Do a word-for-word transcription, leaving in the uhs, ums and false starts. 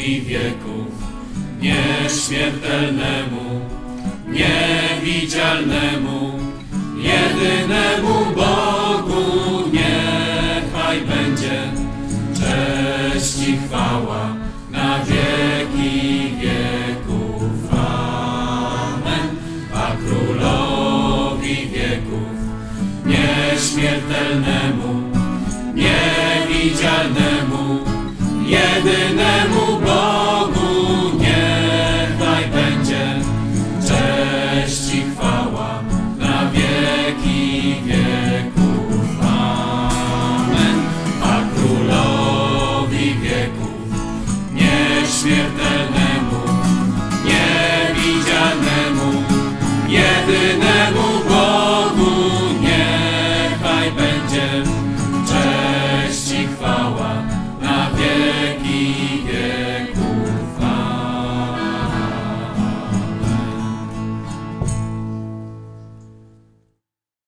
Królowi wieków, nieśmiertelnemu, niewidzialnemu, jedynemu Bogu niechaj będzie cześć i chwała na wieki wieków. Amen. A Królowi wieków, nieśmiertelnemu, niewidzialnemu, jedynemu